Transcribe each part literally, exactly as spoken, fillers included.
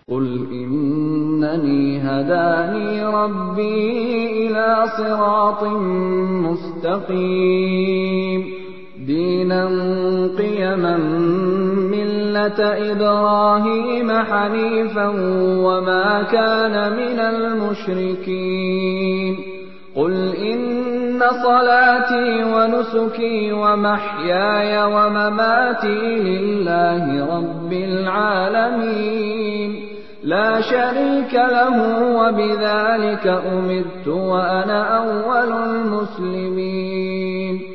قل إنني هداني ربي إلى صراط مستقيم دينا قيما ملة إبراهيم حنيفا وما كان من المشركين قل إن صلاتي ونسكي ومحياي ومماتي لله رب العالمين لا شريك له وبذلك أمرت وأنا أول المسلمين.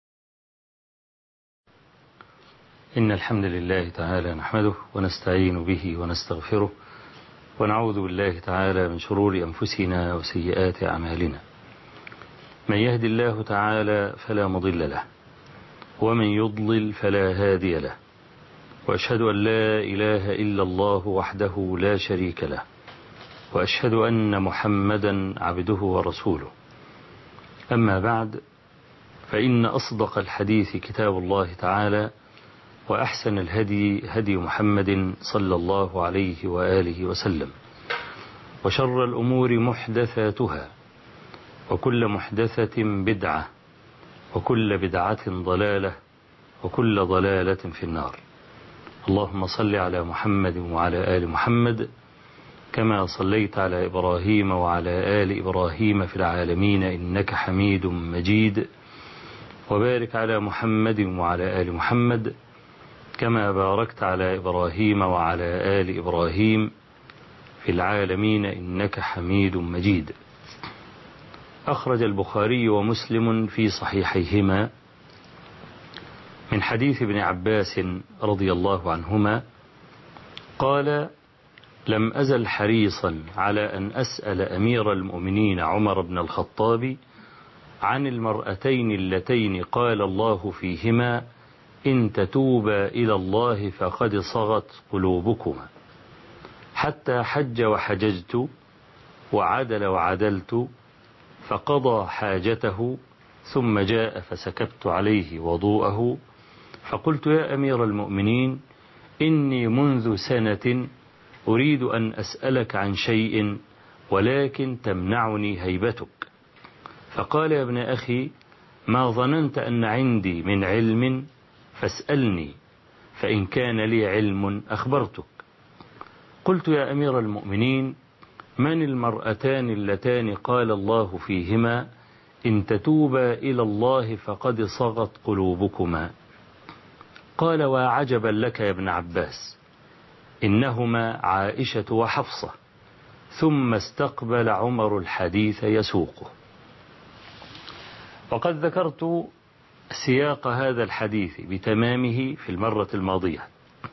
إن الحمد لله تعالى نحمده ونستعين به ونستغفره ونعوذ بالله تعالى من شرور أنفسنا وسيئات أعمالنا. من يهد الله تعالى فلا مضل له ومن يضلل فلا هادي له، وأشهد أن لا إله إلا الله وحده لا شريك له، وأشهد أن محمدا عبده ورسوله. أما بعد، فإن أصدق الحديث كتاب الله تعالى، وأحسن الهدي هدي محمد صلى الله عليه وآله وسلم، وشر الأمور محدثاتها، وكل محدثة بدعة، وكل بدعة ضلالة، وكل ضلالة في النار. اللهم صل على محمد وعلى آل محمد كما صليت على إبراهيم وعلى آل إبراهيم في العالمين إنك حميد مجيد، وبارك على محمد وعلى آل محمد كما باركت على إبراهيم وعلى آل إبراهيم في العالمين إنك حميد مجيد. أخرج البخاري ومسلم في صحيحيهما من حديث ابن عباس رضي الله عنهما قال: لم أزل حريصا على أن أسأل أمير المؤمنين عمر بن الخطاب عن المرأتين اللتين قال الله فيهما: إن تتوبا إلى الله فقد صغت قلوبكما، حتى حج وحججت وعدل وعدلت فقضى حاجته ثم جاء فسكبت عليه وضوءه، فقلت: يا أمير المؤمنين، إني منذ سنة أريد أن أسألك عن شيء ولكن تمنعني هيبتك. فقال: يا ابن أخي، ما ظننت أن عندي من علم فاسألني، فإن كان لي علم أخبرتك. قلت: يا أمير المؤمنين، من المرأتان اللتان قال الله فيهما: إن تتوبا إلى الله فقد صغت قلوبكما؟ قال: وعجبا لك يا ابن عباس، إنهما عائشة وحفصة. ثم استقبل عمر الحديث يسوقه. وقد ذكرت سياق هذا الحديث بتمامه في المرة الماضية،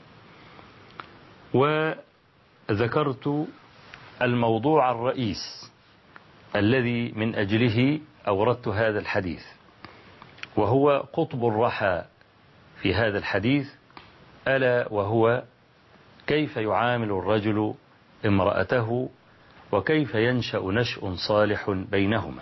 وذكرت الموضوع الرئيس الذي من أجله أوردت هذا الحديث، وهو قطب الرحى في هذا الحديث، ألا وهو كيف يعامل الرجل امرأته وكيف ينشأ نشء صالح بينهما.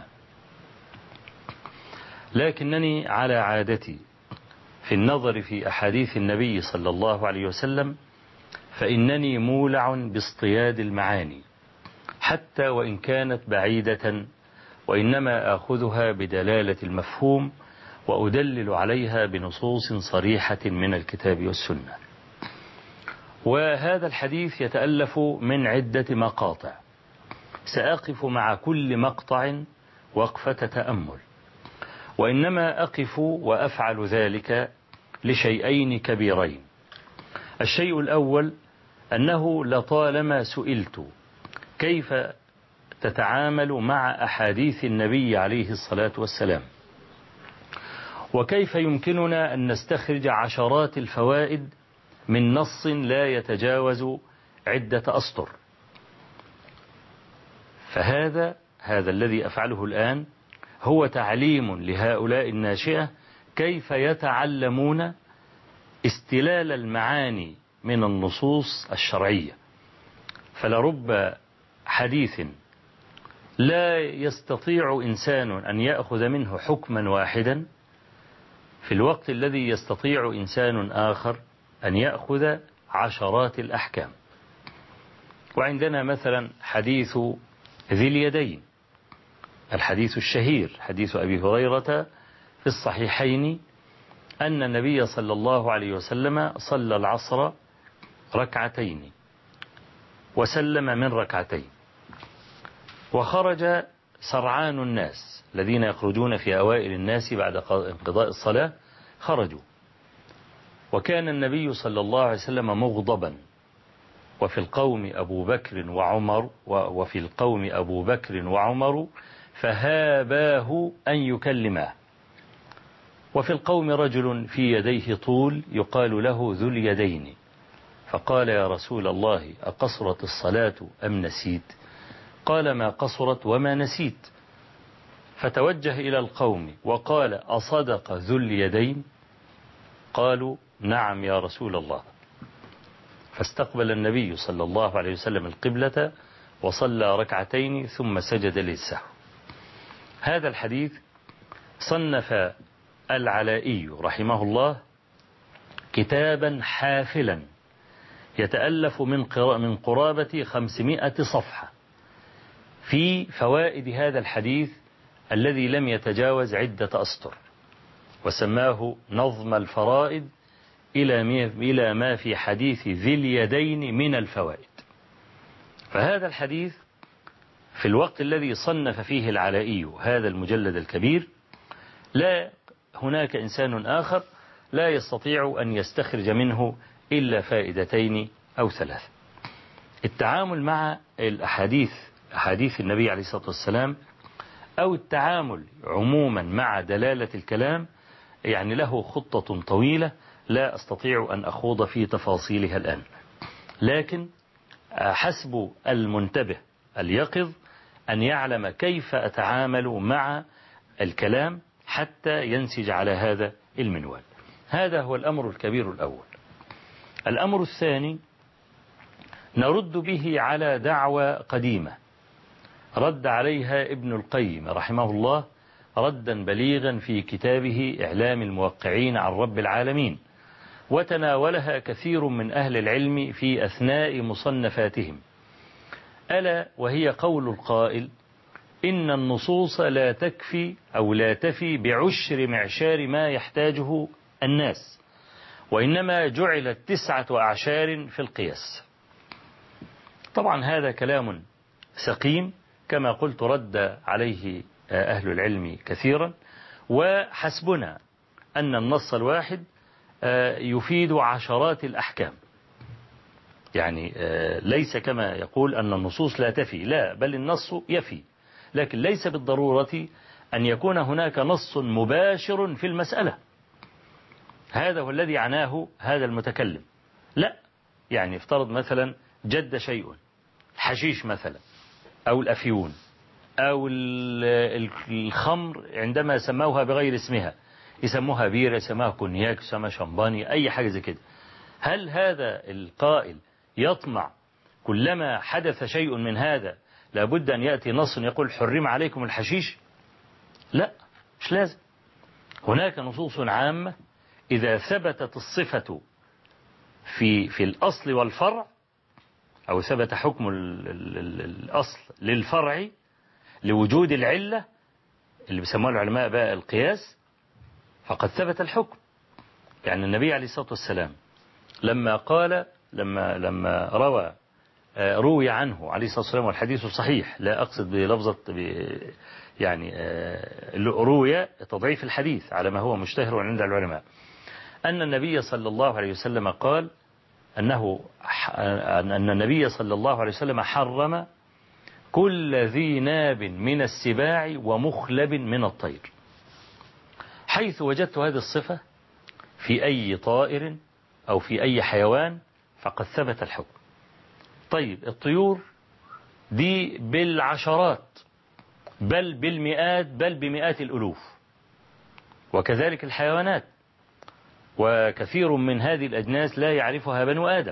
لكنني على عادتي في النظر في أحاديث النبي صلى الله عليه وسلم فإنني مولع باصطياد المعاني حتى وإن كانت بعيدة، وإنما آخذها بدلالة المفهوم وأدلل عليها بنصوص صريحة من الكتاب والسنة. وهذا الحديث يتألف من عدة مقاطع، سأقف مع كل مقطع وقفة تأمل، وإنما أقف وأفعل ذلك لشيئين كبيرين. الشيء الأول أنه لطالما سئلت كيف تتعامل مع أحاديث النبي عليه الصلاة والسلام، وكيف يمكننا أن نستخرج عشرات الفوائد من نص لا يتجاوز عدة أسطر. فهذا هذا الذي أفعله الآن هو تعليم لهؤلاء الناشئة كيف يتعلمون استلال المعاني من النصوص الشرعية. فلرب حديث لا يستطيع إنسان أن يأخذ منه حكما واحدا في الوقت الذي يستطيع إنسان آخر أن يأخذ عشرات الأحكام. وعندنا مثلا حديث ذي اليدين، الحديث الشهير حديث أبي هريرة في الصحيحين أن النبي صلى الله عليه وسلم صلى العصر ركعتين وسلم من ركعتين، وخرج سرعان الناس الذين يخرجون في أوائل الناس بعد انقضاء الصلاة خرجوا، وكان النبي صلى الله عليه وسلم مغضبا، وفي القوم أبو بكر وعمر وفي القوم أبو بكر وعمر فهاباه أن يكلماه، وفي القوم رجل في يديه طول يقال له ذو اليدين، فقال يا رسول الله أقصرت الصلاة أم نسيت؟ قال ما قصرت وما نسيت. فتوجه إلى القوم وقال أصدق ذو اليدين؟ قالوا نعم يا رسول الله. فاستقبل النبي صلى الله عليه وسلم القبلة وصلى ركعتين ثم سجد للسهو. هذا الحديث صنف العلائي رحمه الله كتابا حافلا يتألف من من قرابة خمسمائة صفحة في فوائد هذا الحديث الذي لم يتجاوز عدة أسطر، وسماه نظم الفرائد إلى ما في حديث ذي اليدين من الفوائد. فهذا الحديث في الوقت الذي صنف فيه العلائي هذا المجلد الكبير لا هناك إنسان آخر لا يستطيع أن يستخرج منه إلا فائدتين أو ثلاث. التعامل مع الأحاديث أحاديث النبي عليه الصلاة والسلام أو التعامل عموما مع دلالة الكلام يعني له خطة طويلة لا أستطيع أن أخوض في تفاصيلها الآن، لكن حسب المنتبه اليقظ أن يعلم كيف أتعامل مع الكلام حتى ينسج على هذا المنوال. هذا هو الأمر الكبير الأول. الأمر الثاني نرد به على دعوة قديمة رد عليها ابن القيم رحمه الله ردا بليغا في كتابه إعلام الموقعين عن رب العالمين، وتناولها كثير من أهل العلم في أثناء مصنفاتهم، ألا وهي قول القائل إن النصوص لا تكفي أو لا تفي بعشر معشار ما يحتاجه الناس، وإنما جعلت تسعة أعشار في القياس. طبعا هذا كلام سقيم كما قلت رد عليه أهل العلم كثيرا، وحسبنا أن النص الواحد يفيد عشرات الأحكام، يعني ليس كما يقول أن النصوص لا تفي، لا، بل النص يفي، لكن ليس بالضرورة أن يكون هناك نص مباشر في المسألة. هذا هو الذي عناه هذا المتكلم. لا، يعني افترض مثلا جد شيء، الحشيش مثلا أو الأفيون أو الخمر عندما سموها بغير اسمها، يسموها بيرة، يسموها كونياك، يسموها شمباني، أي حاجة زي كده. هل هذا القائل يطمع كلما حدث شيء من هذا لابد أن يأتي نص يقول حرم عليكم الحشيش؟ لا، مش لازم. هناك نصوص عامة إذا ثبتت الصفة في في الأصل والفرع، أو ثبت حكم الأصل للفرع لوجود العلة اللي بيسموها العلماء بقى القياس، فقد ثبت الحكم. يعني النبي عليه الصلاة والسلام لما قال لما لما روى روي عنه عليه الصلاة والسلام، والحديث صحيح، لا أقصد بلفظة يعني روي تضعيف الحديث على ما هو مشتهر عند العلماء، أن النبي صلى الله عليه وسلم قال أنه أن النبي صلى الله عليه وسلم حرم كل ذي ناب من السباع ومخلب من الطير. حيث وجدت هذه الصفة في أي طائر أو في أي حيوان فقد ثبت الحكم. طيب الطيور دي بالعشرات بل بالمئات بل بمئات الألوف، وكذلك الحيوانات، وكثير من هذه الأجناس لا يعرفها بنو آدم.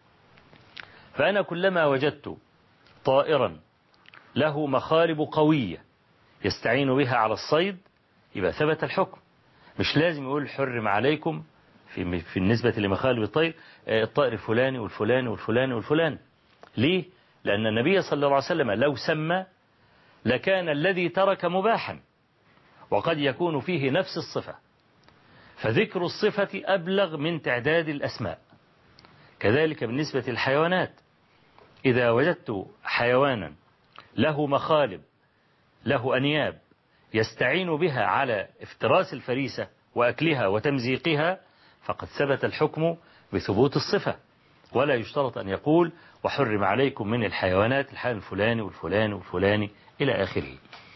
فأنا كلما وجدت طائرا له مخالب قوية يستعين بها على الصيد يبقى ثبت الحكم. مش لازم يقول حرم عليكم في في النسبة لمخالب الطير الطائر الفلاني والفلاني والفلاني والفلاني. ليه؟ لأن النبي صلى الله عليه وسلم لو سمى لكان الذي ترك مباحا، وقد يكون فيه نفس الصفة، فذكر الصفة أبلغ من تعداد الأسماء. كذلك بالنسبة للحيوانات، إذا وجدت حيوانا له مخالب له أنياب يستعين بها على افتراس الفريسة وأكلها وتمزيقها، فقد ثبت الحكم بثبوت الصفة، ولا يشترط أن يقول وحرم عليكم من الحيوانات الحيوان الفلاني والفلاني والفلاني إلى آخره.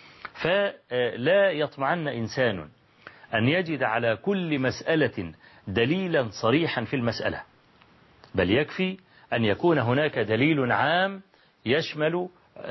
فلا يطمعن إنسان أن يجد على كل مسألة دليلا صريحا في المسألة، بل يكفي أن يكون هناك دليل عام يشمل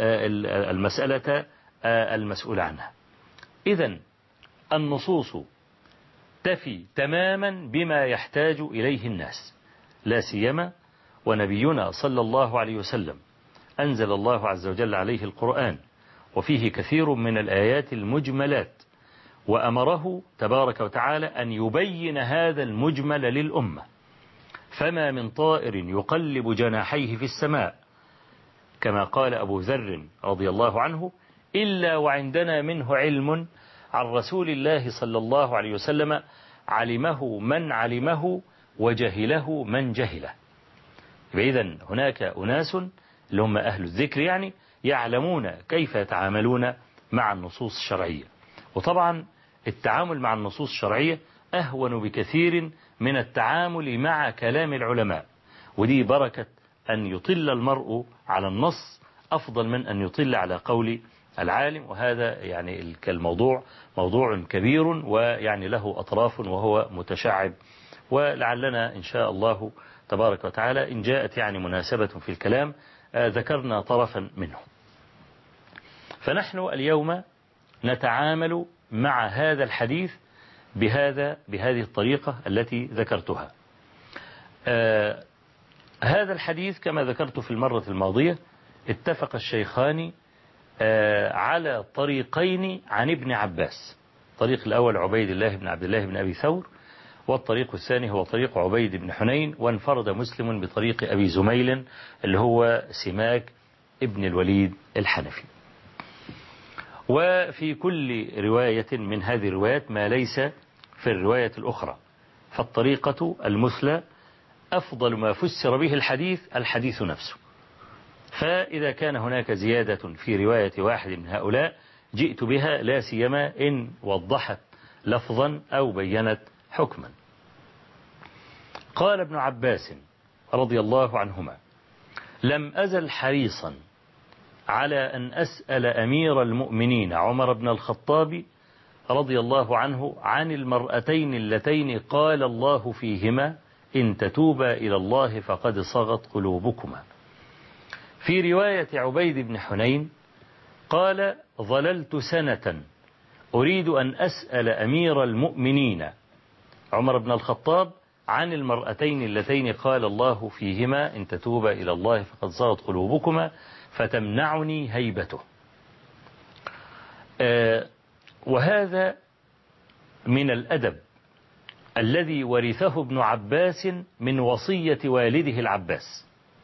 المسألة المسؤول عنها. إذن النصوص تفي تماما بما يحتاج إليه الناس، لا سيما ونبينا صلى الله عليه وسلم أنزل الله عز وجل عليه القرآن، وفيه كثير من الآيات المجملات، وأمره تبارك وتعالى أن يبين هذا المجمل للأمة. فما من طائر يقلب جناحيه في السماء كما قال أبو ذر رضي الله عنه إلا وعندنا منه علم عن رسول الله صلى الله عليه وسلم، علمه من علمه وجهله من جهله. إذن هناك أناس اللي هم أهل الذكر يعني يعلمون كيف يتعاملون مع النصوص الشرعية. وطبعا التعامل مع النصوص الشرعية أهون بكثير من التعامل مع كلام العلماء، ودي بركة أن يطل المرء على النص أفضل من أن يطل على قول العالم. وهذا يعني الموضوع موضوع كبير ويعني له أطراف وهو متشعب، ولعلنا إن شاء الله تبارك وتعالى إن جاءت يعني مناسبة في الكلام ذكرنا طرفا منه. فنحن اليوم نتعامل مع هذا الحديث بهذا بهذه الطريقة التي ذكرتها. آه هذا الحديث كما ذكرت في المرة الماضية اتفق الشيخان آه على طريقين عن ابن عباس. الطريق الأول عبيد الله بن عبد الله بن أبي ثور، والطريق الثاني هو طريق عبيد بن حنين، وانفرد مسلم بطريق أبي زميل اللي هو سماك ابن الوليد الحنفي. وفي كل رواية من هذه الروايات ما ليس في الرواية الأخرى، فالطريقة المثلى أفضل ما فسر به الحديث الحديث نفسه. فإذا كان هناك زيادة في رواية واحد من هؤلاء جئت بها، لا سيما إن وضحت لفظا أو بينت حكما. قال ابن عباس رضي الله عنهما: لم أزل حريصا على أن أسأل أمير المؤمنين عمر بن الخطاب رضي الله عنه عن المرأتين اللتين قال الله فيهما إن تتوبا إلى الله فقد صغت قلوبكما. في رواية عبيد بن حنين قال: ظللت سنة أريد أن أسأل أمير المؤمنين عمر بن الخطاب عن المرأتين اللتين قال الله فيهما إن تتوبا إلى الله فقد صغت قلوبكما فتمنعني هيبته. آه وهذا من الأدب الذي ورثه ابن عباس من وصية والده العباس.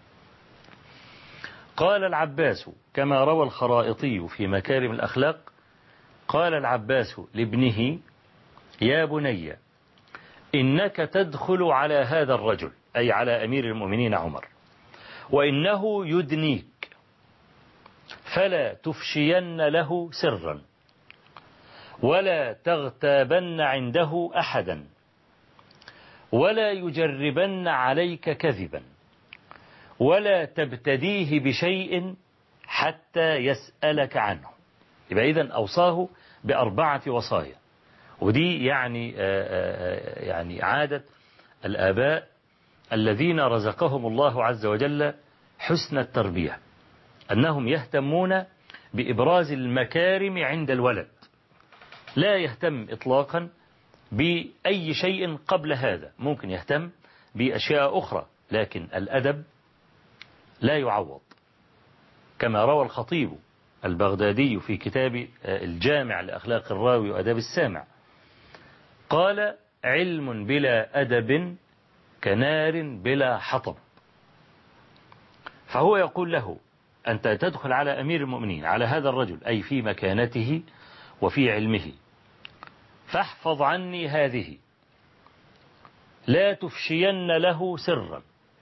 قال العباس كما روى الخرائطي في مكارم الأخلاق، قال العباس لابنه: يا بني إنك تدخل على هذا الرجل، أي على أمير المؤمنين عمر، وإنه يدنيك فلا تفشين له سرا ولا تغتابن عنده أحدا ولا يجربن عليك كذبا ولا تبتديه بشيء حتى يسألك عنه. يبقى إذن أوصاه بأربعة وصايا، ودي يعني يعني عادة الآباء الذين رزقهم الله عز وجل حسن التربية، أنهم يهتمون بإبراز المكارم عند الولد، لا يهتم إطلاقا بأي شيء قبل هذا. ممكن يهتم بأشياء أخرى، لكن الأدب لا يعوض. كما روى الخطيب البغدادي في كتاب الجامع لأخلاق الراوي وأداب السامع، قال: علم بلا أدب كنار بلا حطب. فهو يقول له أنت تدخل على أمير المؤمنين، على هذا الرجل، أي في مكانته وفي علمه، فاحفظ عني هذه، لا تفشين له سرا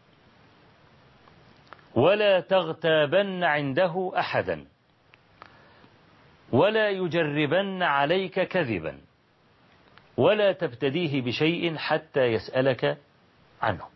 ولا تغتابن عنده أحدا ولا يجربن عليك كذبا ولا تبتديه بشيء حتى يسألك عنه.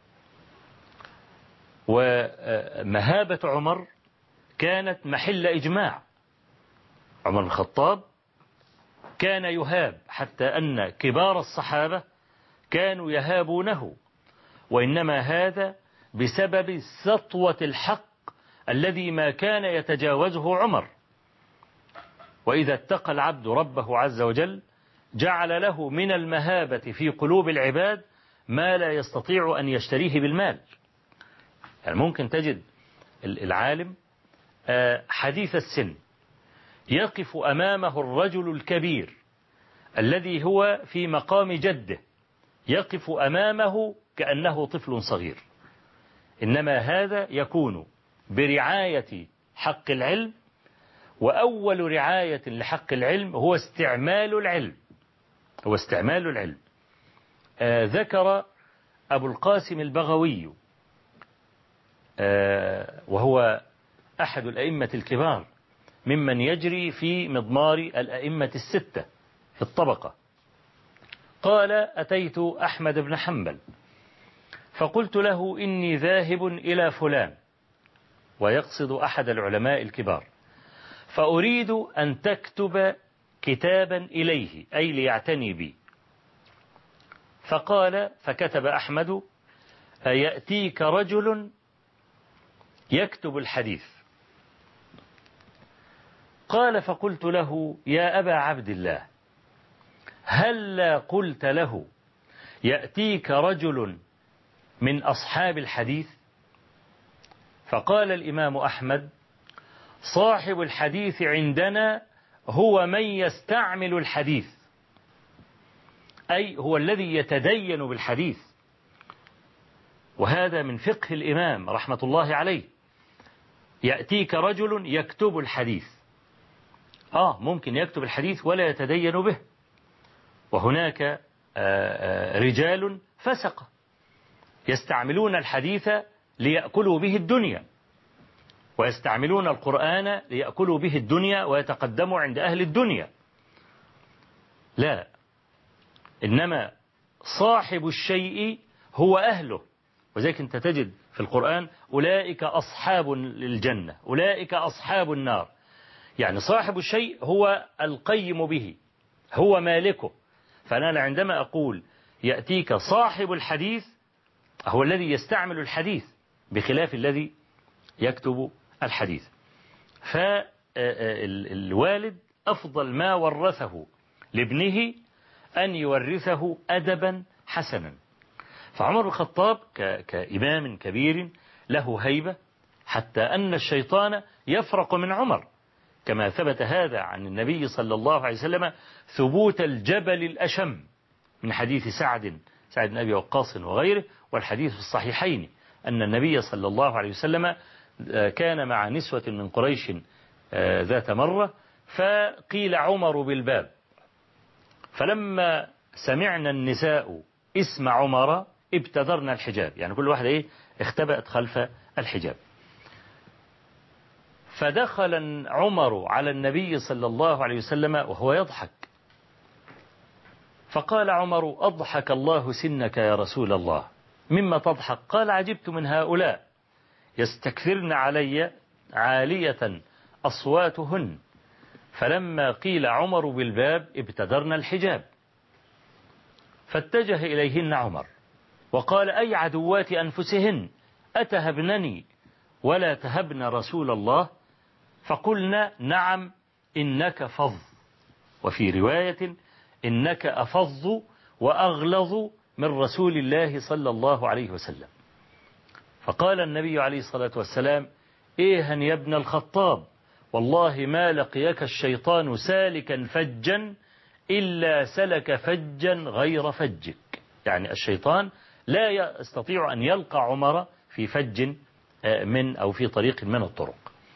ومهابة عمر كانت محل إجماع. عمر بن الخطاب كان يهاب، حتى أن كبار الصحابة كانوا يهابونه، وإنما هذا بسبب سطوة الحق الذي ما كان يتجاوزه عمر. وإذا اتقى العبد ربه عز وجل جعل له من المهابة في قلوب العباد ما لا يستطيع أن يشتريه بالمال. يعني ممكن تجد العالم حديث السن يقف أمامه الرجل الكبير الذي هو في مقام جده، يقف أمامه كأنه طفل صغير. إنما هذا يكون برعاية حق العلم، وأول رعاية لحق العلم هو استعمال العلم، هو استعمال العلم. آه ذكر أبو القاسم البغوي، آه وهو أحد الأئمة الكبار ممن يجري في مضمار الأئمة الستة في الطبقة، قال: أتيت أحمد بن حنبل فقلت له إني ذاهب إلى فلان، ويقصد أحد العلماء الكبار، فأريد أن تكتب كتابا إليه، أي ليعتني بي. فقال، فكتب أحمد: أيأتيك رجل يكتب الحديث؟ قال: فقلت له: يا أبا عبد الله، هلا قلت له يأتيك رجل من أصحاب الحديث؟ فقال الإمام أحمد: صاحب الحديث عندنا هو من يستعمل الحديث، أي هو الذي يتدين بالحديث. وهذا من فقه الإمام رحمة الله عليه. يأتيك رجل يكتب الحديث، آه ممكن يكتب الحديث ولا يتدين به. وهناك آآ آآ رجال فسقة يستعملون الحديث ليأكلوا به الدنيا، ويستعملون القرآن ليأكلوا به الدنيا ويتقدموا عند أهل الدنيا. لا، إنما صاحب الشيء هو أهله. وذلك أنت تجد في القرآن: أولئك أصحاب الجنة، أولئك أصحاب النار. يعني صاحب الشيء هو القيم به، هو مالكه. فأنا عندما أقول يأتيك صاحب الحديث، هو الذي يستعمل الحديث بخلاف الذي يكتب الحديث. فالوالد أفضل ما ورثه لابنه أن يورثه أدبا حسنا. فعمر بن الخطاب كإمام كبير له هيبة، حتى أن الشيطان يفرق من عمر، كما ثبت هذا عن النبي صلى الله عليه وسلم ثبوت الجبل الأشم من حديث سعد سعد بن أبي وقاص وغيره، والحديث في الصحيحين أن النبي صلى الله عليه وسلم كان مع نسوة من قريش ذات مرة، فقيل عمر بالباب، فلما سمعنا النساء اسم عمر ابتدرنا الحجاب، يعني كل واحدة ايه اختبأت خلف الحجاب. فدخل عمر على النبي صلى الله عليه وسلم وهو يضحك، فقال عمر: أضحك الله سنك يا رسول الله، مما تضحك؟ قال: عجبت من هؤلاء يستكثرن علي عالية أصواتهن. فلما قيل عمر بالباب ابتدرنا الحجاب، فاتجه إليهن عمر وقال: أي عدوات أنفسهن، أتهبنني ولا تهبن رسول الله؟ فقلنا: نعم إنك فظ، وفي رواية: إنك أفظ وأغلظ من رسول الله صلى الله عليه وسلم. فقال النبي عليه الصلاة والسلام: إيها يا ابن الخطاب، والله ما لقيك الشيطان سالكا فجا إلا سلك فجا غير فجك. يعني الشيطان لا يستطيع أن يلقى عمر في فج من أو في طريق من الطرق.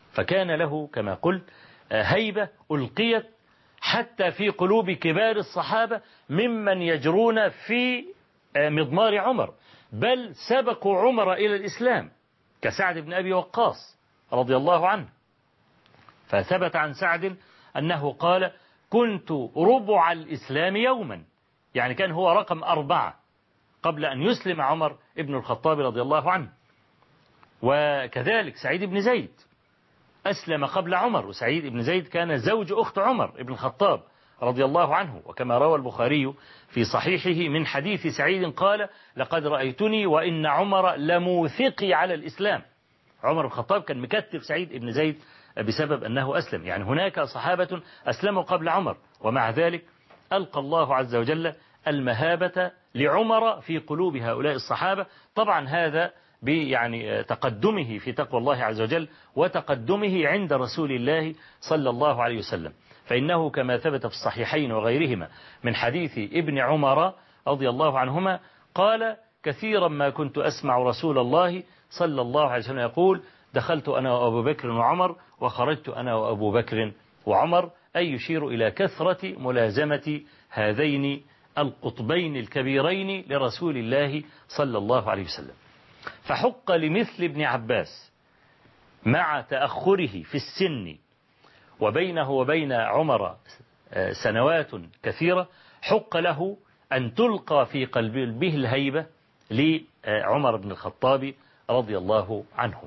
فكان له كما قلت هيبة ألقيت حتى في قلوب كبار الصحابة ممن يجرون في مضمار عمر، بل سبقوا عمر إلى الإسلام كسعد بن أبي وقاص رضي الله عنه. فثبت عن سعد أنه قال: كنت ربع الإسلام يوما، يعني كان هو رقم أربعة قبل أن يسلم عمر ابن الخطاب رضي الله عنه. وكذلك سعيد بن زيد أسلم قبل عمر، وسعيد بن زيد كان زوج أخت عمر ابن الخطاب رضي الله عنه، وكما روى البخاري في صحيحه من حديث سعيد قال: لقد رأيتني وإن عمر لموثقي على الإسلام. عمر بن الخطاب كان مكتف سعيد بن زيد بسبب أنه أسلم. يعني هناك صحابة أسلموا قبل عمر، ومع ذلك ألقى الله عز وجل المهابة لعمر في قلوب هؤلاء الصحابة. طبعا هذا يعني تقدمه في تقوى الله عز وجل وتقدمه عند رسول الله صلى الله عليه وسلم، فإنه كما ثبت في الصحيحين وغيرهما من حديث ابن عمر رضي الله عنهما قال: كثيرا ما كنت أسمع رسول الله صلى الله عليه وسلم يقول: دخلت أنا وأبو بكر وعمر وخرجت أنا وأبو بكر وعمر، أي يشير إلى كثرة ملازمة هذين القطبين الكبيرين لرسول الله صلى الله عليه وسلم. فحق لمثل ابن عباس مع تأخره في السن وبينه وبين عمر سنوات كثيرة، حق له أن تلقى في قلبه الهيبة لعمر بن الخطاب رضي الله عنه.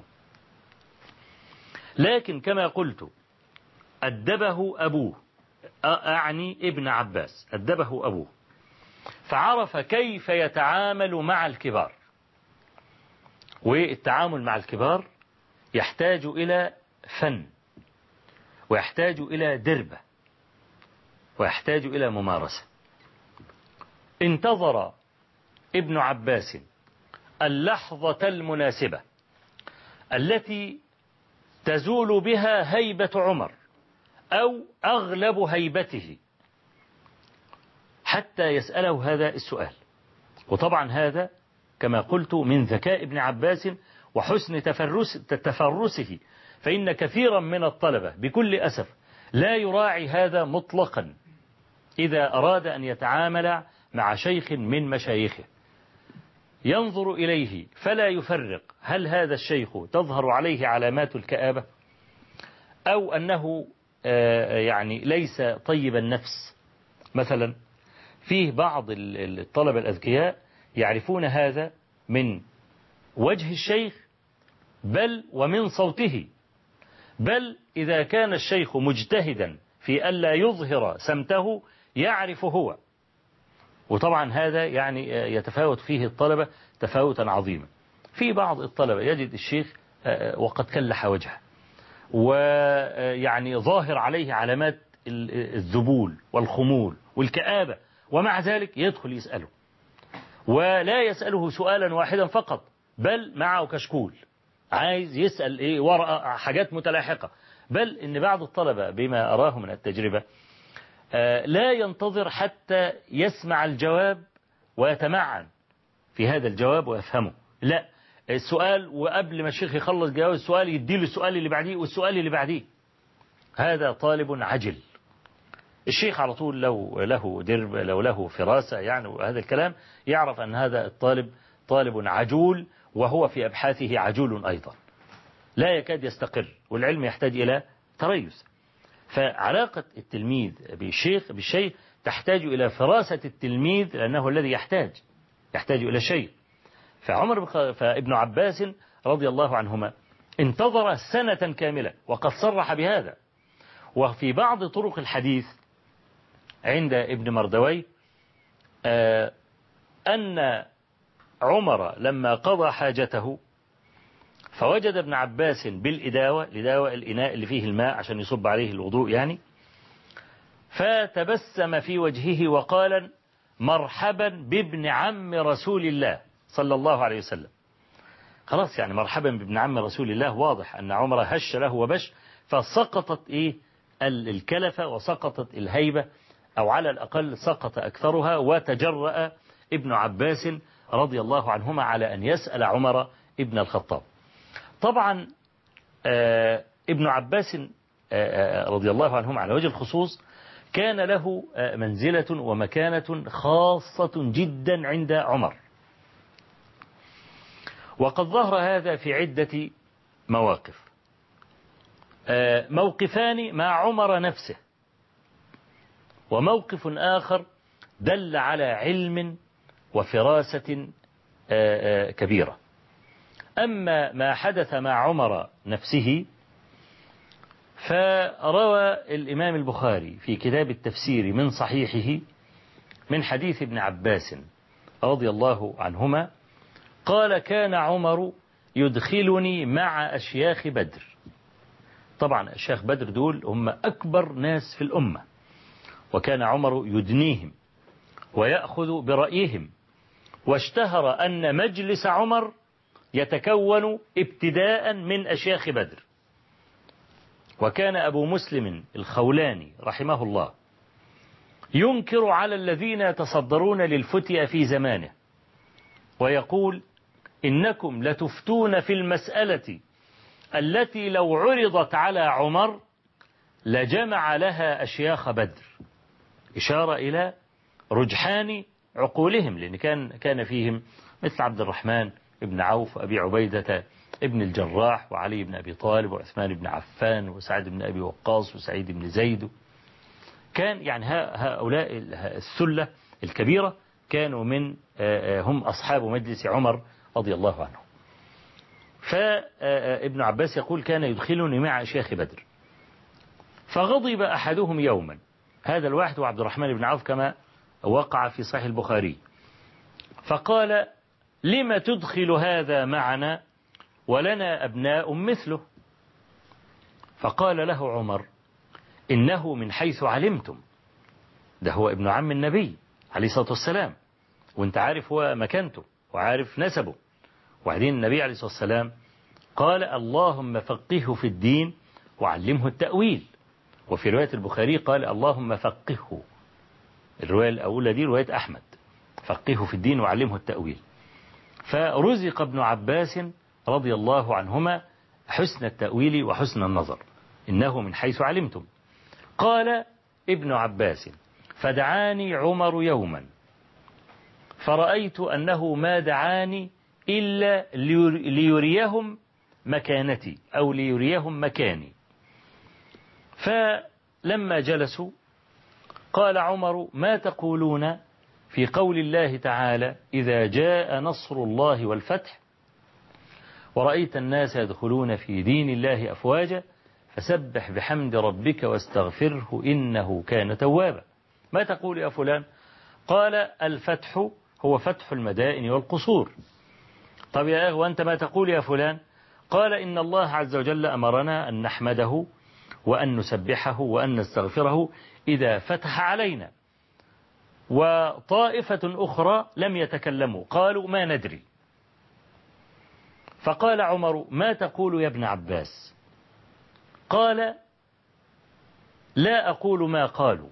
لكن كما قلت أدبه أبوه، أعني ابن عباس، أدبه أبوه فعرف كيف يتعامل مع الكبار. والتعامل مع الكبار يحتاج إلى فن، ويحتاج إلى دربة، ويحتاج إلى ممارسة. انتظر ابن عباس اللحظة المناسبة التي تزول بها هيبة عمر أو أغلب هيبته حتى يسأله هذا السؤال. وطبعا هذا كما قلت من ذكاء ابن عباس وحسن تفرس تفرسه، فإن كثيرا من الطلبة بكل أسف لا يراعي هذا مطلقا إذا أراد أن يتعامل مع شيخ من مشايخه. ينظر إليه فلا يفرق هل هذا الشيخ تظهر عليه علامات الكآبة أو أنه يعني ليس طيب النفس. مثلا فيه بعض الطلبة الأذكياء يعرفون هذا من وجه الشيخ بل ومن صوته، بل إذا كان الشيخ مجتهدا في ألا يظهر سمته يعرف هو. وطبعا هذا يعني يتفاوت فيه الطلبة تفاوتا عظيما. في بعض الطلبة يجد الشيخ وقد كلح وجهه ويعني ظاهر عليه علامات الذبول والخمول والكآبة، ومع ذلك يدخل يسأله، ولا يسأله سؤالا واحدا فقط بل معه كشكول عايز يسأل إيه ورقة حاجات متلاحقة. بل إن بعض الطلبة بما أراه من التجربة لا ينتظر حتى يسمع الجواب ويتمعن في هذا الجواب ويفهمه، لا، السؤال وقبل ما الشيخ يخلص جواب السؤال يديله السؤال اللي بعديه والسؤال اللي بعديه. هذا طالب عجل. الشيخ على طول لو له درب لو له فراسة يعني وهذا الكلام يعرف أن هذا الطالب طالب عجول، وهو في أبحاثه عجول أيضا لا يكاد يستقر، والعلم يحتاج إلى تريث. فعلاقة التلميذ بالشيخ بالشيخ تحتاج إلى فراسة التلميذ لأنه الذي يحتاج يحتاج إلى شيء. فعمر بخ... فابن عباس رضي الله عنهما انتظر سنة كاملة وقد صرح بهذا. وفي بعض طرق الحديث عند ابن مردوي آه أن عمر لما قضى حاجته فوجد ابن عباس بالإداوة، الإداوة الإناء اللي فيه الماء عشان يصب عليه الوضوء يعني، فتبسم في وجهه وقال: مرحبا بابن عم رسول الله صلى الله عليه وسلم. خلاص يعني مرحبا بابن عم رسول الله، واضح أن عمر هش له وبش، فسقطت إيه الكلفة وسقطت الهيبة، أو على الأقل سقط أكثرها، وتجرأ ابن عباس رضي الله عنهما على أن يسأل عمر ابن الخطاب. طبعا ابن عباس رضي الله عنهم على وجه الخصوص كان له منزلة ومكانة خاصة جدا عند عمر، وقد ظهر هذا في عدة مواقف. موقفان مع عمر نفسه، وموقف آخر دل على علم وفراسة كبيرة. أما ما حدث مع عمر نفسه فروى الإمام البخاري في كتاب التفسير من صحيحه من حديث ابن عباس رضي الله عنهما قال: كان عمر يدخلني مع أشياخ بدر. طبعا أشياخ بدر دول هم أكبر ناس في الأمة، وكان عمر يدنيهم ويأخذ برأيهم، واشتهر أن مجلس عمر يتكون ابتداء من أشياخ بدر. وكان أبو مسلم الخولاني رحمه الله ينكر على الذين يتصدرون للفتية في زمانه ويقول: إنكم لتفتون في المسألة التي لو عرضت على عمر لجمع لها أشياخ بدر، إشارة إلى رجحان عقولهم، لأن كان كان فيهم مثل عبد الرحمن ابن عوف وأبي عبيدة ابن الجراح وعلي بن أبي طالب وعثمان بن عفان وسعد بن أبي وقاص وسعيد بن زيد. كان يعني هؤلاء الثلة الكبيرة كانوا من هم أصحاب مجلس عمر رضي الله عنه. فابن عباس يقول: كان يدخلني مع شيخ بدر. فغضب أحدهم يوما، هذا الواحد هو عبد الرحمن بن عوف كما وقع في صحيح البخاري، فقال: لم تدخل هذا معنا ولنا أبناء مثله؟ فقال له عمر: إنه من حيث علمتم، ده هو ابن عم النبي عليه الصلاة والسلام، وانت عارف هو مكانته وعارف نسبه. وبعدين النبي عليه الصلاة والسلام قال: اللهم فقهه في الدين وعلمه التأويل. وفي رواية البخاري قال: اللهم فقهه. الرواية الأولى دي رواية أحمد، فقهه في الدين وعلمه التأويل. فرزق ابن عباس رضي الله عنهما حسن التأويل وحسن النظر، إنه من حيث علمتم. قال ابن عباس: فدعاني عمر يوما فرأيت أنه ما دعاني إلا ليريهم مكانتي أو ليريهم مكاني. فلما جلسوا قال عمر: ما تقولون في قول الله تعالى: إذا جاء نصر الله والفتح ورأيت الناس يدخلون في دين الله أفواجا فسبح بحمد ربك واستغفره إنه كان توابا. ما تقول يا فلان؟ قال: الفتح هو فتح المدائن والقصور. طب يا أخي وأنت ما تقول يا فلان؟ قال: إن الله عز وجل أمرنا أن نحمده وأن نسبحه وأن نستغفره إذا فتح علينا. وطائفة أخرى لم يتكلموا قالوا: ما ندري. فقال عمر: ما تقول يا ابن عباس؟ قال: لا أقول ما قالوا،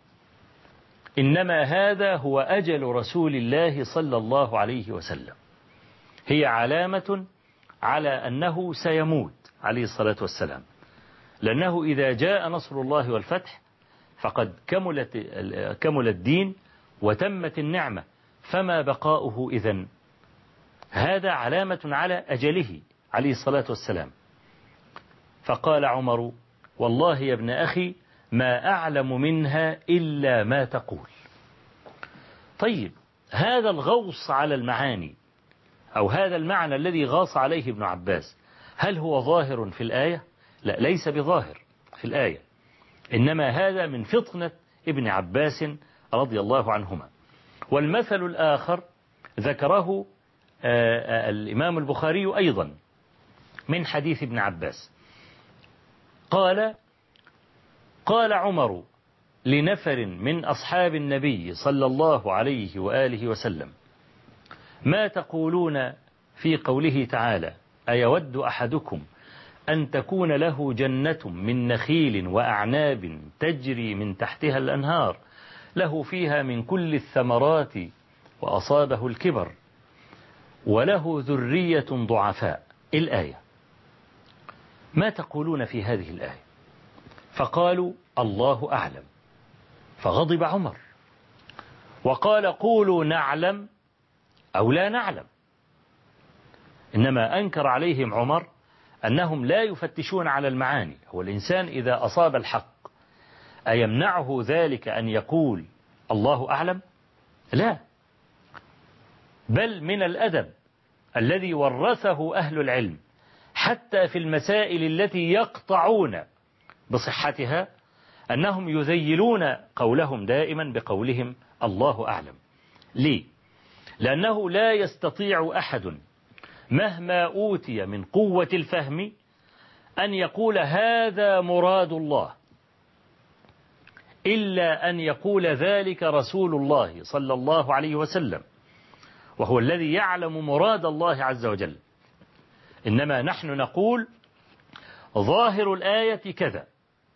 إنما هذا هو أجل رسول الله صلى الله عليه وسلم، هي علامة على أنه سيموت عليه الصلاة والسلام، لأنه إذا جاء نصر الله والفتح فقد كملت كمل الدين وتمت النعمة، فما بقاؤه إذن؟ هذا علامة على أجله عليه الصلاة والسلام. فقال عمر: والله يا ابن أخي ما أعلم منها إلا ما تقول. طيب، هذا الغوص على المعاني أو هذا المعنى الذي غاص عليه ابن عباس هل هو ظاهر في الآية؟ لا، ليس بظاهر في الآية، إنما هذا من فطنة ابن عباس رضي الله عنهما. والمثل الآخر ذكره الإمام البخاري أيضا من حديث ابن عباس قال: قال عمر لنفر من أصحاب النبي صلى الله عليه وآله وسلم: ما تقولون في قوله تعالى: أيود أحدكم أن تكون له جنة من نخيل وأعناب تجري من تحتها الأنهار له فيها من كل الثمرات وأصابه الكبر وله ذرية ضعفاء. الآية. ما تقولون في هذه الآية؟ فقالوا الله أعلم. فغضب عمر وقال قولوا نعلم أو لا نعلم. إنما أنكر عليهم عمر أنهم لا يفتشون على المعاني. هو الإنسان إذا أصاب الحق أيمنعه ذلك أن يقول الله أعلم؟ لا، بل من الأدب الذي ورثه أهل العلم حتى في المسائل التي يقطعون بصحتها أنهم يذيلون قولهم دائما بقولهم الله أعلم. ليه؟ لأنه لا يستطيع أحد مهما أوتي من قوة الفهم أن يقول هذا مراد الله إلا أن يقول ذلك رسول الله صلى الله عليه وسلم، وهو الذي يعلم مراد الله عز وجل. إنما نحن نقول ظاهر الآية كذا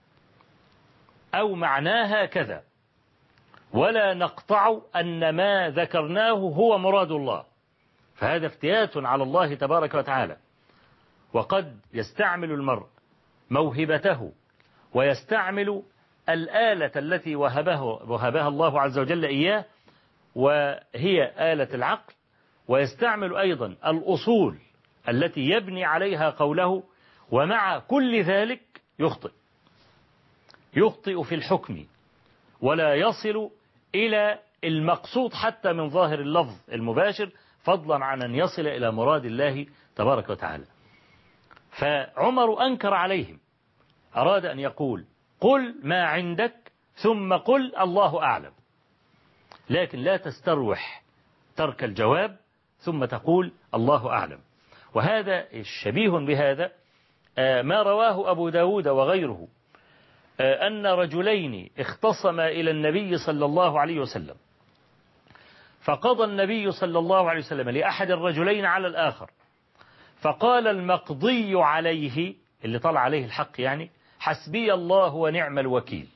أو معناها كذا، ولا نقطع أن ما ذكرناه هو مراد الله، فهذا افتيات على الله تبارك وتعالى. وقد يستعمل المرء موهبته ويستعمل الآلة التي وهبه وهبها الله عز وجل إياه، وهي آلة العقل، ويستعمل أيضا الأصول التي يبني عليها قوله، ومع كل ذلك يخطئ يخطئ في الحكم ولا يصل إلى المقصود حتى من ظاهر اللفظ المباشر، فضلا عن أن يصل إلى مراد الله تبارك وتعالى. فعمر أنكر عليهم، أراد أن يقول قل ما عندك ثم قل الله أعلم، لكن لا تستروح ترك الجواب ثم تقول الله أعلم. وهذا الشبيه بهذا ما رواه أبو داود وغيره أن رجلين اختصما إلى النبي صلى الله عليه وسلم، فقضى النبي صلى الله عليه وسلم لأحد الرجلين على الآخر، فقال المقضي عليه اللي طلع عليه الحق يعني حسبي الله ونعم الوكيل.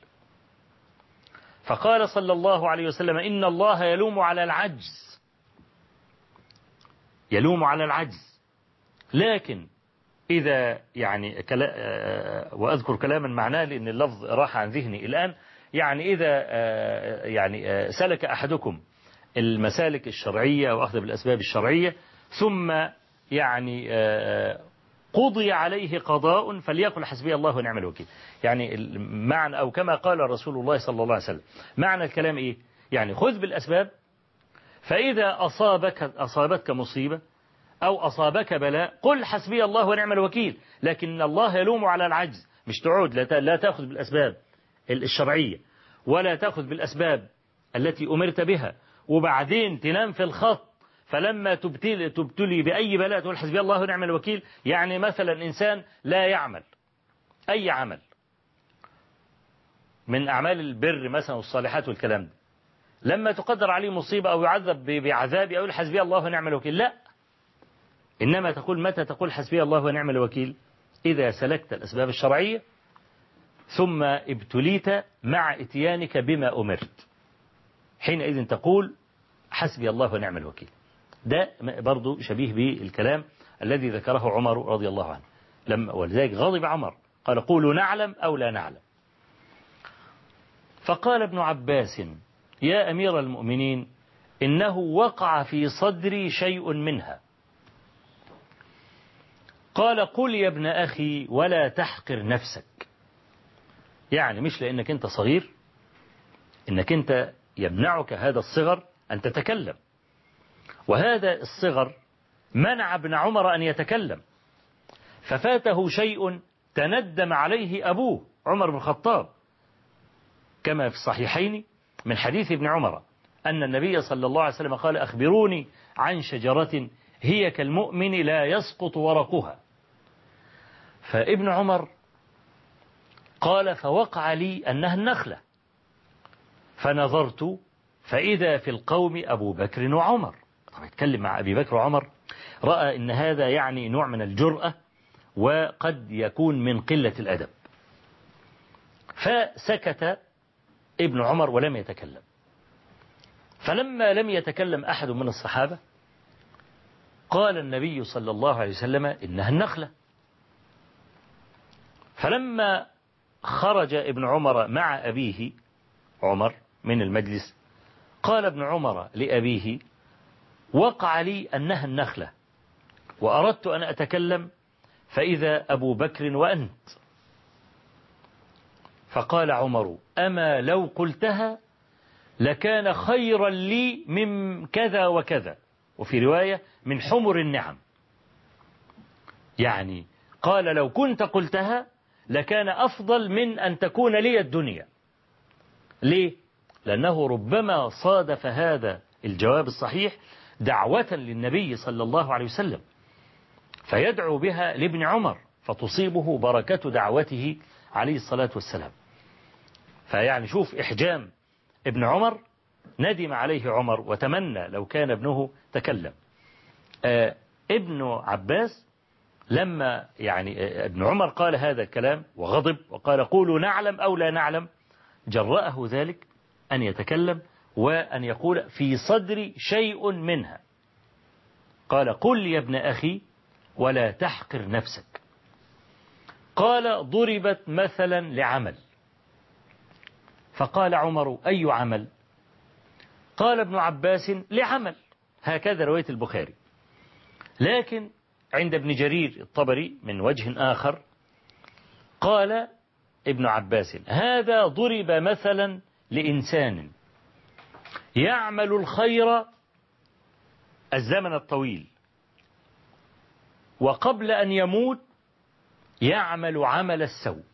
فقال صلى الله عليه وسلم إن الله يلوم على العجز يلوم على العجز لكن إذا يعني كلا وأذكر كلاما معناه لأن اللفظ راح عن ذهني الآن، يعني إذا يعني سلك أحدكم المسالك الشرعية وأخذ بالأسباب الشرعية ثم يعني قضي عليه قضاء فليقل حسبي الله ونعم الوكيل. يعني معنى أو كما قال رسول الله صلى الله عليه وسلم، معنى الكلام إيه؟ يعني خذ بالأسباب، فإذا أصابك أصابتك مصيبة أو أصابك بلاء قل حسبي الله ونعم الوكيل، لكن الله يلوم على العجز. مش تعود لا تأخذ بالأسباب الشرعية ولا تأخذ بالأسباب التي أمرت بها وبعدين تنام في الخط، فلما تبتلي, تبتلي بأي بلاء تقول حسبي الله ونعم الوكيل. يعني مثلا إنسان لا يعمل أي عمل من أعمال البر مثلا والصالحات والكلام ده، لما تقدر عليه مصيبة أو يعذب بعذاب يقول حسبي الله ونعم الوكيل، لا، إنما تقول متى تقول حسبي الله ونعم الوكيل؟ إذا سلكت الأسباب الشرعية ثم ابتليت مع إتيانك بما أمرت، حينئذ تقول حسبي الله ونعم الوكيل. ده برضو شبيه بالكلام الذي ذكره عمر رضي الله عنه، لما ولذلك غضب عمر قال قولوا نعلم أو لا نعلم. فقال ابن عباس يا أمير المؤمنين إنه وقع في صدري شيء منها. قال قل يا ابن أخي ولا تحقر نفسك، يعني مش لأنك أنت صغير إنك أنت يمنعك هذا الصغر أن تتكلم، وهذا الصغر منع ابن عمر أن يتكلم، ففاته شيء تندم عليه أبوه عمر بن الخطاب، كما في الصحيحين من حديث ابن عمر أن النبي صلى الله عليه وسلم قال أخبروني عن شجرة هي كالمؤمن لا يسقط ورقها. فابن عمر قال فوقع لي أنها النخلة، فنظرت فإذا في القوم أبو بكر وعمر. طبعا يتكلم مع أبي بكر وعمر، رأى إن هذا يعني نوع من الجرأة وقد يكون من قلة الأدب، فسكت ابن عمر ولم يتكلم. فلما لم يتكلم أحد من الصحابة قال النبي صلى الله عليه وسلم إنها النخلة. فلما خرج ابن عمر مع أبيه عمر من المجلس قال ابن عمر لأبيه: وقع لي أنها النخلة وأردت أن أتكلم فإذا أبو بكر وأنت. فقال عمر: أما لو قلتها لكان خيرا لي من كذا وكذا، وفي رواية من حمر النعم. يعني قال لو كنت قلتها لكان أفضل من أن تكون لي الدنيا. ليه؟ لأنه ربما صادف هذا الجواب الصحيح دعوة للنبي صلى الله عليه وسلم، فيدعو بها لابن عمر فتصيبه بركة دعوته عليه الصلاة والسلام. فيعني شوف إحجام ابن عمر، ندم عليه عمر وتمنى لو كان ابنه تكلم. آه ابن عباس لما يعني ابن عمر قال هذا الكلام وغضب وقال: قولوا نعلم أو لا نعلم، جرأه ذلك أن يتكلم وأن يقول في صدري شيء منها. قال: قل يا ابن أخي ولا تحقر نفسك. قال: ضربت مثلا لعمل. فقال عمر: أي عمل؟ قال ابن عباس: لعمل. هكذا رواية البخاري. لكن عند ابن جرير الطبري من وجه آخر قال ابن عباس: هذا ضرب مثلا لإنسان يعمل الخير الزمن الطويل، وقبل أن يموت يعمل عمل السوء.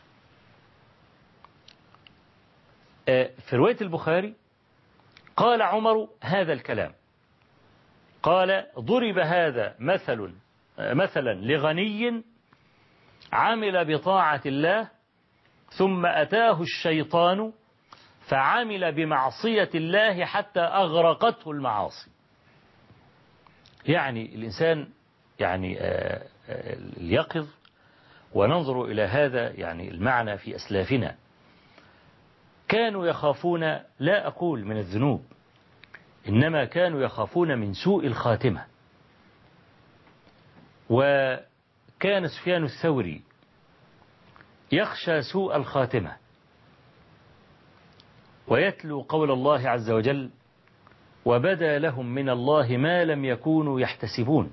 في رواية البخاري قال عمر هذا الكلام، قال: ضرب هذا مثل مثلا لغني عمل بطاعة الله ثم أتاه الشيطان فعمل بمعصية الله حتى أغرقته المعاصي. يعني الإنسان يعني اليقظ وننظر إلى هذا يعني المعنى في أسلافنا، كانوا يخافون، لا أقول من الذنوب، إنما كانوا يخافون من سوء الخاتمة. وكان سفيان الثوري يخشى سوء الخاتمة ويتلو قول الله عز وجل: وبدا لهم من الله ما لم يكونوا يحتسبون.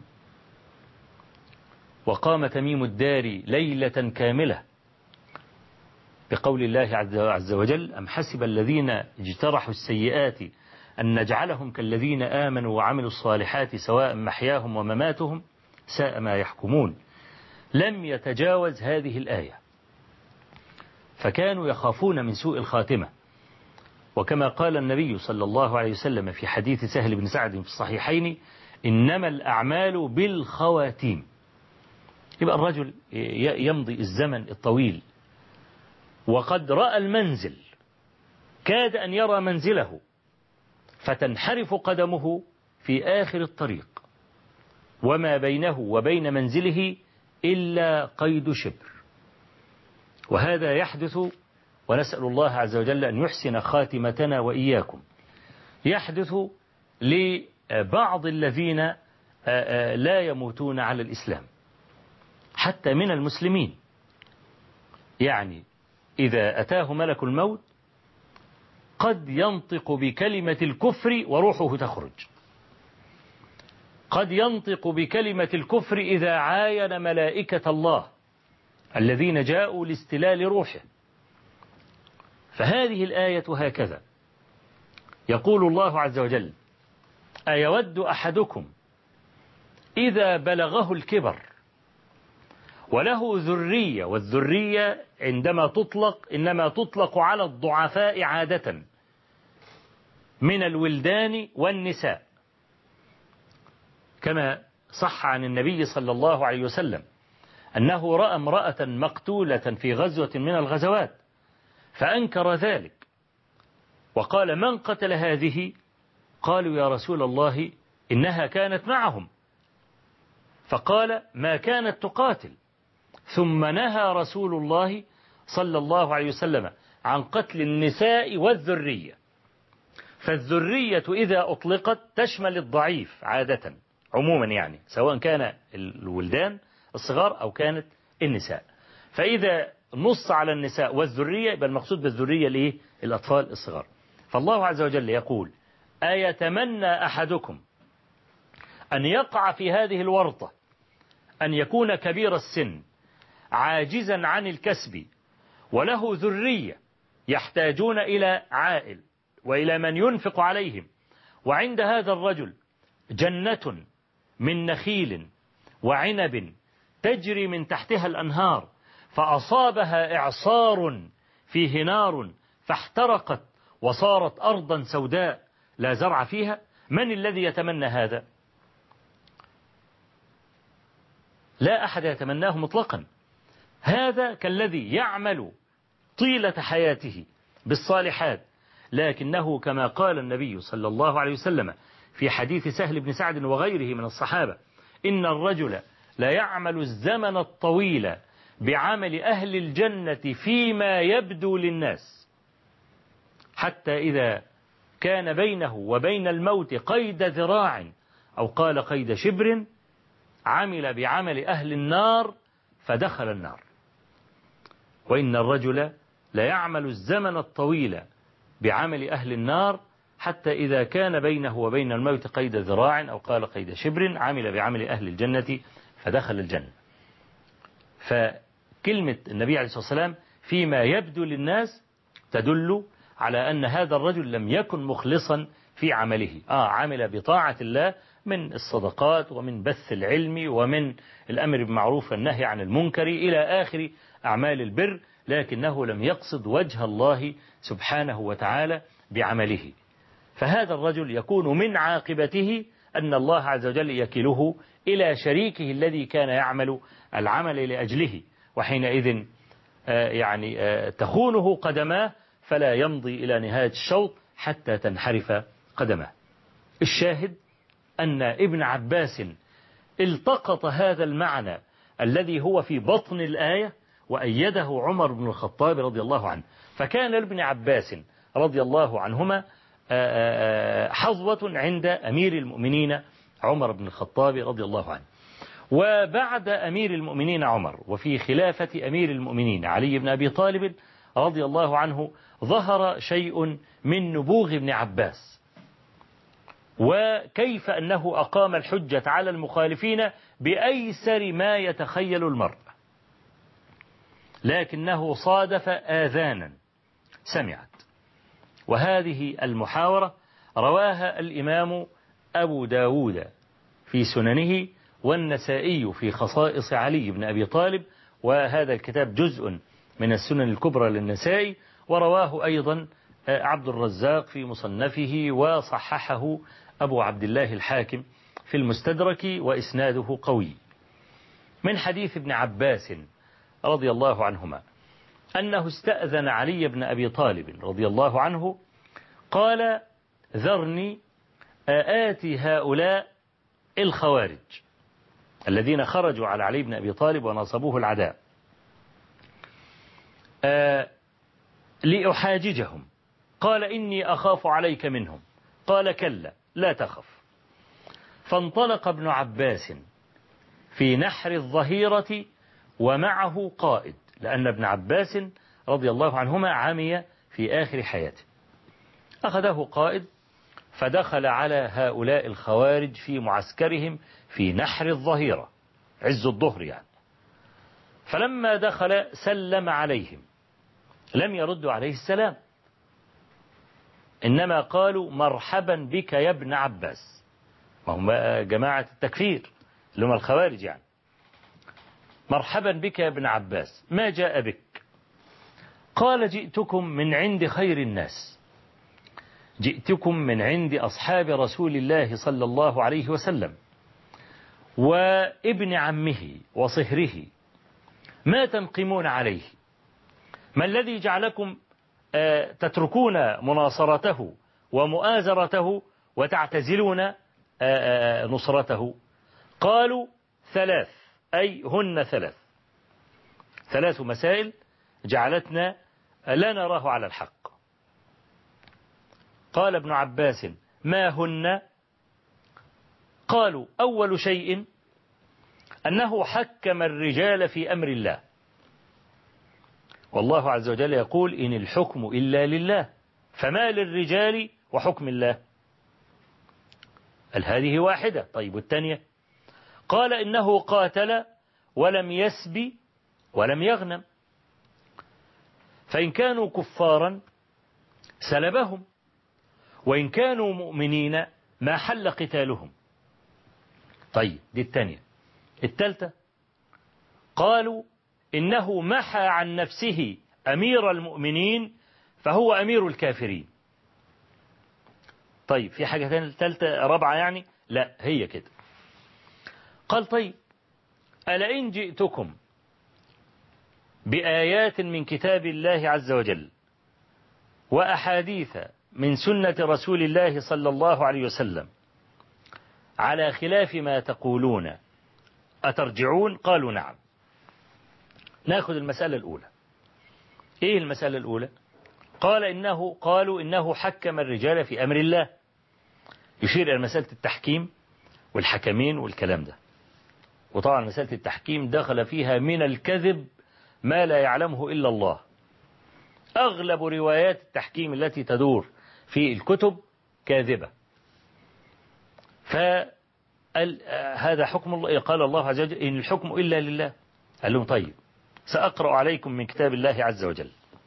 وقام تميم الداري ليلة كاملة بقول الله عز وجل: أم حسب الذين اجترحوا السيئات أن نجعلهم كالذين آمنوا وعملوا الصالحات سواء محياهم ومماتهم ساء ما يحكمون. لم يتجاوز هذه الآية. فكانوا يخافون من سوء الخاتمة. وكما قال النبي صلى الله عليه وسلم في حديث سهل بن سعد في الصحيحين: إنما الأعمال بالخواتيم. يبقى الرجل يمضي الزمن الطويل وقد رأى المنزل، كاد أن يرى منزله، فتنحرف قدمه في آخر الطريق، وما بينه وبين منزله إلا قيد شبر. وهذا يحدث، ونسأل الله عز وجل أن يحسن خاتمتنا وإياكم، يحدث لبعض الذين لا يموتون على الإسلام حتى من المسلمين. يعني إذا أتاه ملك الموت قد ينطق بكلمة الكفر وروحه تخرج، قد ينطق بكلمة الكفر إذا عاين ملائكة الله الذين جاءوا لاستلال روحه. فهذه الآية هكذا يقول الله عز وجل: أيود أحدكم إذا بلغه الكبر وله ذرية، والذرية عندما تطلق إنما تطلق على الضعفاء عادة من الولدان والنساء، كما صح عن النبي صلى الله عليه وسلم أنه رأى امرأة مقتولة في غزوة من الغزوات فأنكر ذلك وقال: من قتل هذه؟ قالوا: يا رسول الله إنها كانت معهم. فقال: ما كانت تقاتل. ثم نهى رسول الله صلى الله عليه وسلم عن قتل النساء والذرية. فالذرية إذا أطلقت تشمل الضعيف عادة عموما، يعني سواء كان الولدان الصغار أو كانت النساء. فإذا نص على النساء والذرية يبقى المقصود بالذرية الإيه؟ الأطفال الصغار. فالله عز وجل يقول: أيتمنى أحدكم أن يقع في هذه الورطة أن يكون كبير السن عاجزا عن الكسب وله ذرية يحتاجون إلى عائل وإلى من ينفق عليهم، وعند هذا الرجل جنة من نخيل وعنب تجري من تحتها الأنهار فأصابها إعصار فيه نار فاحترقت وصارت أرضا سوداء لا زرع فيها؟ من الذي يتمنى هذا؟ لا أحد يتمناه مطلقا. هذا كالذي يعمل طيلة حياته بالصالحات، لكنه كما قال النبي صلى الله عليه وسلم في حديث سهل بن سعد وغيره من الصحابة: إن الرجل لا يعمل الزمن الطويل بعمل أهل الجنة فيما يبدو للناس، حتى إذا كان بينه وبين الموت قيد ذراع أو قال قيد شبر عمل بعمل أهل النار فدخل النار. وإن الرجل لا يعمل الزمن الطويل بعمل أهل النار حتى إذا كان بينه وبين الموت قيد ذراع أو قال قيد شبر عمل بعمل أهل الجنة فدخل الجنة. فكلمة النبي عليه الصلاة والسلام فيما يبدو للناس تدل على أن هذا الرجل لم يكن مخلصا في عمله. آه عمل بطاعة الله من الصدقات ومن بث العلم ومن الأمر بالمعروف والنهي عن المنكر إلى آخر أعمال البر، لكنه لم يقصد وجه الله سبحانه وتعالى بعمله. فهذا الرجل يكون من عاقبته أن الله عز وجل يكله إلى شريكه الذي كان يعمل العمل لأجله، وحينئذ يعني تخونه قدماه فلا يمضي إلى نهاية الشوط حتى تنحرف قدماه. الشاهد أن ابن عباس التقط هذا المعنى الذي هو في بطن الآية وأيده عمر بن الخطاب رضي الله عنه، فكان لابن عباس رضي الله عنهما حظوة عند أمير المؤمنين عمر بن الخطاب رضي الله عنه. وبعد أمير المؤمنين عمر وفي خلافة أمير المؤمنين علي بن أبي طالب رضي الله عنه ظهر شيء من نبوغ ابن عباس، وكيف أنه أقام الحجة على المخالفين بأيسر ما يتخيل المرء، لكنه صادف آذانا سمعت. وهذه المحاورة رواها الإمام أبو داود في سننه والنسائي في خصائص علي بن أبي طالب، وهذا الكتاب جزء من السنن الكبرى للنسائي، ورواه أيضا عبد الرزاق في مصنفه وصححه أبو عبد الله الحاكم في المستدرك وإسناده قوي، من حديث ابن عباس رضي الله عنهما أنه استأذن علي بن أبي طالب رضي الله عنه قال: ذرني آتي هؤلاء الخوارج الذين خرجوا على علي بن أبي طالب ونصبوه العداء آه لأحاججهم. قال: إني أخاف عليك منهم. قال: كلا لا تخف. فانطلق ابن عباس في نحر الظهيرة ومعه قائد، لأن ابن عباس رضي الله عنهما عمي في آخر حياته. أخذه قائد فدخل على هؤلاء الخوارج في معسكرهم في نحر الظهيرة عز الظهر يعني. فلما دخل سلم عليهم، لم يردوا عليه السلام، إنما قالوا: مرحبا بك يا ابن عباس. وهم جماعة التكفير اللي هم الخوارج يعني. مرحبا بك يا ابن عباس، ما جاء بك؟ قال: جئتكم من عند خير الناس، جئتكم من عند أصحاب رسول الله صلى الله عليه وسلم وابن عمه وصهره، ما تنقمون عليه؟ ما الذي جعلكم تتركون مناصرته ومؤازرته وتعتزلون نصرته؟ قالوا: ثلاث، أي هن ثلاث ثلاث مسائل جعلتنا لا نراه على الحق. قال ابن عباس: ما هن؟ قالوا: أول شيء أنه حكم الرجال في أمر الله، والله عز وجل يقول إن الحكم إلا لله فما للرجال وحكم الله. قال هذه واحدة. طيب والثانية؟ قال إنه قاتل ولم يسب ولم يغنم، فإن كانوا كفارا سلبهم، وإن كانوا مؤمنين ما حل قتالهم. طيب دي الثانية. الثالثة قالوا إنه محى عن نفسه أمير المؤمنين فهو أمير الكافرين. طيب في حاجة ثالثة رابعة يعني؟ لا هي كده. قال طيب ألئن جئتكم بآيات من كتاب الله عز وجل وأحاديث من سنة رسول الله صلى الله عليه وسلم على خلاف ما تقولون أترجعون؟ قالوا نعم. ناخذ المسألة الأولى. إيه المسألة الأولى؟ قال إنه قالوا إنه حكم الرجال في أمر الله، يشير إلى مسألة التحكيم والحكمين والكلام ده. وطبعا مسألة التحكيم دخل فيها من الكذب ما لا يعلمه إلا الله. أغلب روايات التحكيم التي تدور في الكتب كاذبة. فهذا حكم الله. قال الله عز وجل إن الحكم إلا لله. قال لهم طيب سأقرأ عليكم من كتاب الله عز وجل.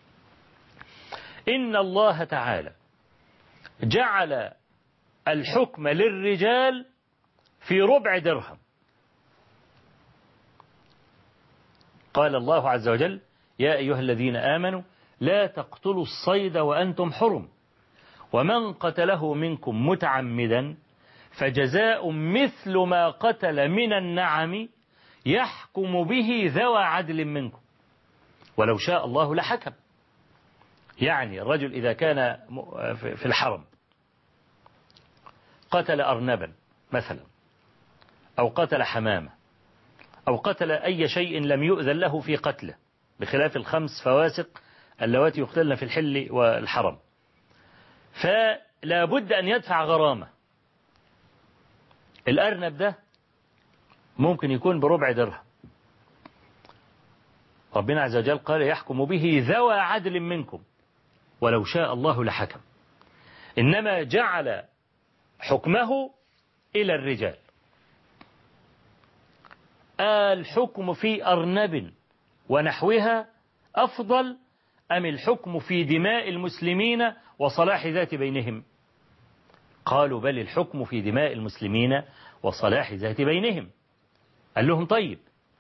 إن الله تعالى جعل الحكم للرجال في ربع درهم. قال الله عز وجل يا أيها الذين آمنوا لا تقتلوا الصيد وأنتم حرم ومن قتله منكم متعمدا فجزاء مثل ما قتل من النعم يحكم به ذوى عدل منكم ولو شاء الله لحكم. يعني الرجل إذا كان في الحرم قتل أرنبا مثلا أو قتل حمامة أو قتل أي شيء لم يؤذن له في قتله بخلاف الخمس فواسق اللواتي يقتلن في الحل والحرم، فلا بد أن يدفع غرامة. الأرنب ده ممكن يكون بربع درهم. ربنا عز وجل قال يحكم به ذوى عدل منكم ولو شاء الله لحكم. إنما جعل حكمه إلى الرجال. الحكم في أرنب ونحوها أفضل أم الحكم في دماء المسلمين وصلاح ذات بينهم؟ قالوا بل الحكم في دماء المسلمين وصلاح ذات بينهم. قال لهم طيب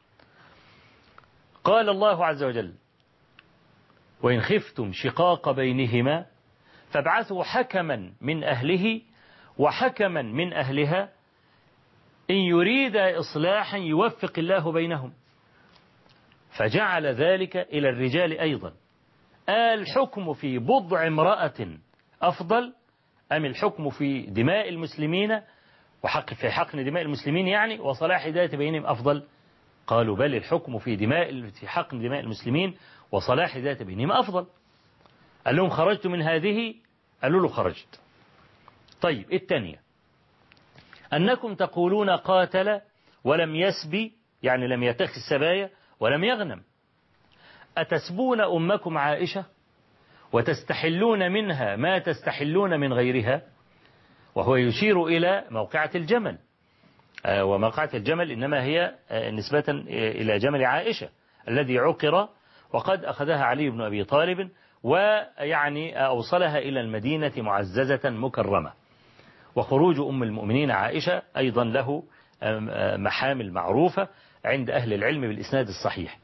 قال الله عز وجل وإن خفتم شقاق بينهما فابعثوا حكما من أهله وحكما من أهلها إن يريد إصلاحا يوفق الله بينهم. فجعل ذلك إلى الرجال أيضا. الحكم في بضع امرأة أفضل أم الحكم في دماء المسلمين وحق في حقن دماء المسلمين يعني وصلاح ذات بينهم أفضل؟ قالوا بل الحكم في دماء في حقن دماء المسلمين وصلاح ذات بينهم أفضل. قال لهم خرجت من هذه؟ قالوا له خرجت. طيب الثانية أنكم تقولون قاتل ولم يسبي يعني لم يتخذ السبايا ولم يغنم. أتسبون أمكم عائشة وتستحلون منها ما تستحلون من غيرها؟ وهو يشير إلى موقعة الجمل. وموقعة الجمل إنما هي نسبة إلى جمل عائشة الذي عقر وقد أخذها علي بن أبي طالب ويعني أوصلها إلى المدينة معززة مكرمة. وخروج أم المؤمنين عائشة أيضا له محامل معروفة عند أهل العلم بالإسناد الصحيح.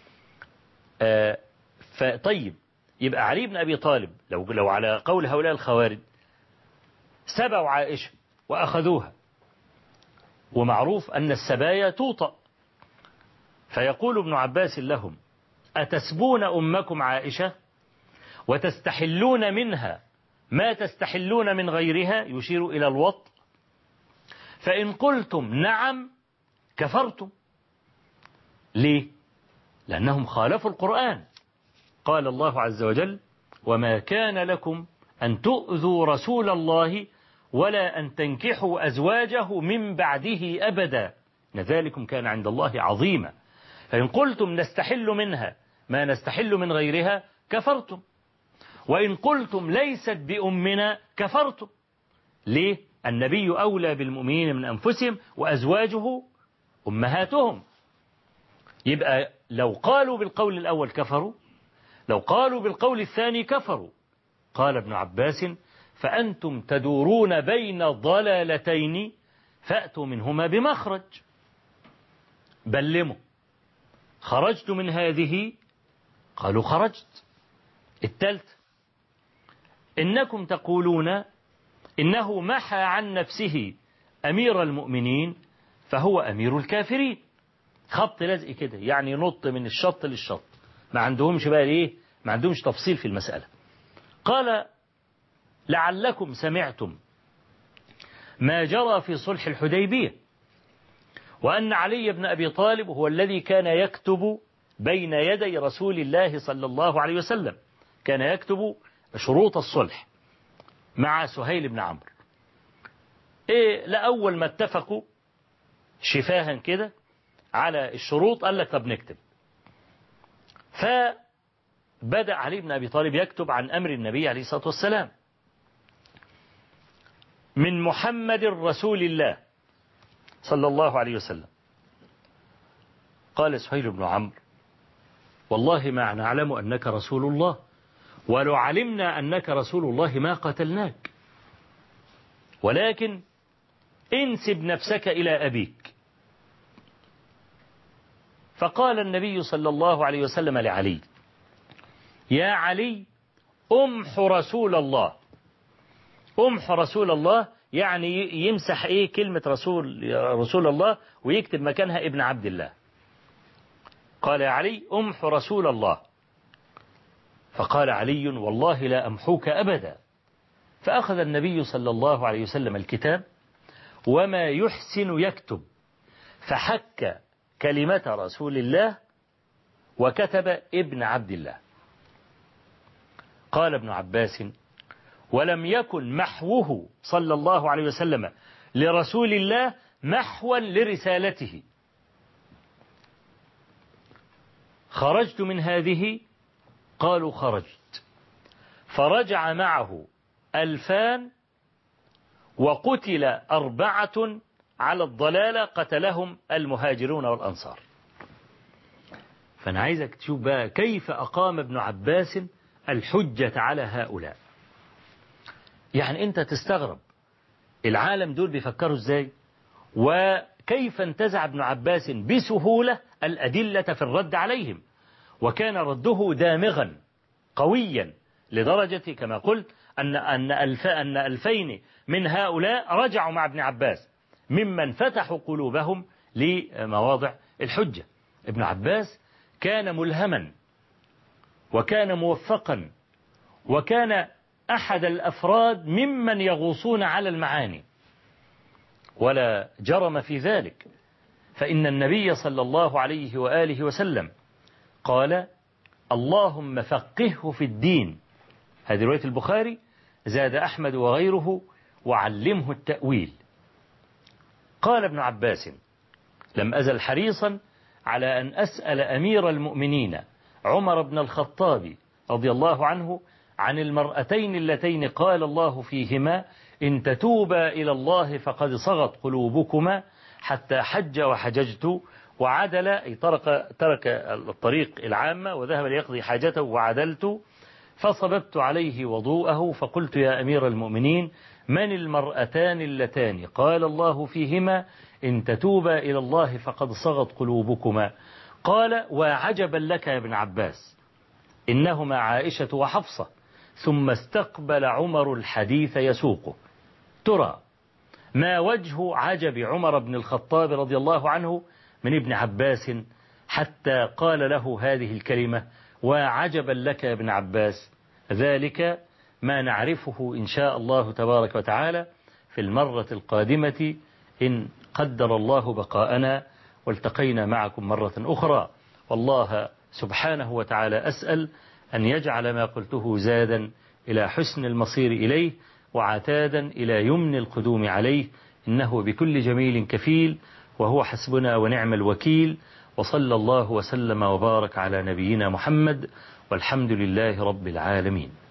فطيب يبقى علي بن أبي طالب لو, لو على قول هؤلاء الخوارج سبوا عائشة وأخذوها، ومعروف أن السبايا توطأ، فيقول ابن عباس لهم أتسبون أمكم عائشة وتستحلون منها ما تستحلون من غيرها، يشير إلى الوط. فإن قلتم نعم كفرتم. ليه؟ لأنهم خالفوا القرآن. قال الله عز وجل وما كان لكم أن تؤذوا رسول الله ولا أن تنكحوا أزواجه من بعده أبدا ذلكم كان عند الله عظيما. فإن قلتم نستحل منها ما نستحل من غيرها كفرتم، وإن قلتم ليست بأمنا كفرتم. ليه؟ النبي أولى بالمؤمنين من أنفسهم وأزواجه أمهاتهم. يبقى لو قالوا بالقول الأول كفروا، لو قالوا بالقول الثاني كفروا. قال ابن عباس: فأنتم تدورون بين ضلالتين فأتوا منهما بمخرج. بلموا. خرجت من هذه؟ قالوا خرجت. الثالث: إنكم تقولون إنه محى عن نفسه أمير المؤمنين فهو أمير الكافرين. خبط لزق كده، يعني ينط من الشط للشط، ما عندهمش بقى إيه، ما عندهمش تفصيل في المسألة. قال: لعلكم سمعتم ما جرى في صلح الحديبية، وأن علي بن أبي طالب هو الذي كان يكتب بين يدي رسول الله صلى الله عليه وسلم، كان يكتب شروط الصلح مع سهيل بن عمرو. إيه، لأول ما اتفقوا شفاها كده على الشروط قال لك طب نكتب. فبدأ علي بن أبي طالب يكتب عن أمر النبي عليه الصلاة والسلام: من محمد رسول الله صلى الله عليه وسلم. قال سهيل بن عمرو: والله ما نعلم أنك رسول الله، ولو علمنا أنك رسول الله ما قتلناك، ولكن انسب نفسك إلى أبيك. فقال النبي صلى الله عليه وسلم لعلي: يا علي أمح رسول الله. أمح رسول الله يعني يمسح إيه كلمة رسول رسول الله ويكتب مكانها ابن عبد الله. قال: يا علي أمح رسول الله. فقال علي: والله لا أمحوك أبدا. فأخذ النبي صلى الله عليه وسلم الكتاب وما يحسن يكتب، فحك كلمة رسول الله وكتب ابن عبد الله. قال ابن عباس: ولم يكن محوه صلى الله عليه وسلم لرسول الله محوا لرسالته. خرجت من هذه؟ قالوا خرجت. فرجع معه ألفان وقتل أربعة على الضلالة قتلهم المهاجرون والأنصار. فأنا عايزك تشوف بقى كيف أقام ابن عباس الحجة على هؤلاء. يعني أنت تستغرب العالم دول بيفكروا إزاي، وكيف انتزع ابن عباس بسهولة الأدلة في الرد عليهم، وكان رده دامغا قويا لدرجة كما قلت أن أن ألف أن ألفين من هؤلاء رجعوا مع ابن عباس ممن فتحوا قلوبهم لمواضع الحجة. ابن عباس كان ملهما وكان موفقا وكان أحد الأفراد ممن يغوصون على المعاني، ولا جرم في ذلك. فإن النبي صلى الله عليه وآله وسلم قال: اللهم فقهه في الدين. هذه رواية البخاري. زاد أحمد وغيره: وعلمه التأويل. قال ابن عباس: لم أزل حريصا على أن أسأل أمير المؤمنين عمر بن الخطاب رضي الله عنه عن المرأتين اللتين قال الله فيهما: إن تتوبا إلى الله فقد صغت قلوبكما، حتى حج وحججت وعدل، أي ترك, ترك الطريق العامة وذهب ليقضي حاجته وعدلت، فصببت عليه وضوءه فقلت: يا أمير المؤمنين، من المرأتان اللتان قال الله فيهما: إن تتوبا إلى الله فقد صغت قلوبكما؟ قال: وعجبا لك يا ابن عباس، إنهما عائشة وحفصة. ثم استقبل عمر الحديث يسوقه. ترى ما وجه عجب عمر بن الخطاب رضي الله عنه من ابن عباس حتى قال له هذه الكلمة: وعجبا لك يا ابن عباس؟ ذلك ما نعرفه إن شاء الله تبارك وتعالى في المرة القادمة إن قدر الله بقاءنا والتقينا معكم مرة أخرى. والله سبحانه وتعالى أسأل أن يجعل ما قلته زادا إلى حسن المصير إليه وعتادا إلى يمن القدوم عليه، إنه بكل جميل كفيل، وهو حسبنا ونعم الوكيل. وصلى الله وسلم وبارك على نبينا محمد، والحمد لله رب العالمين.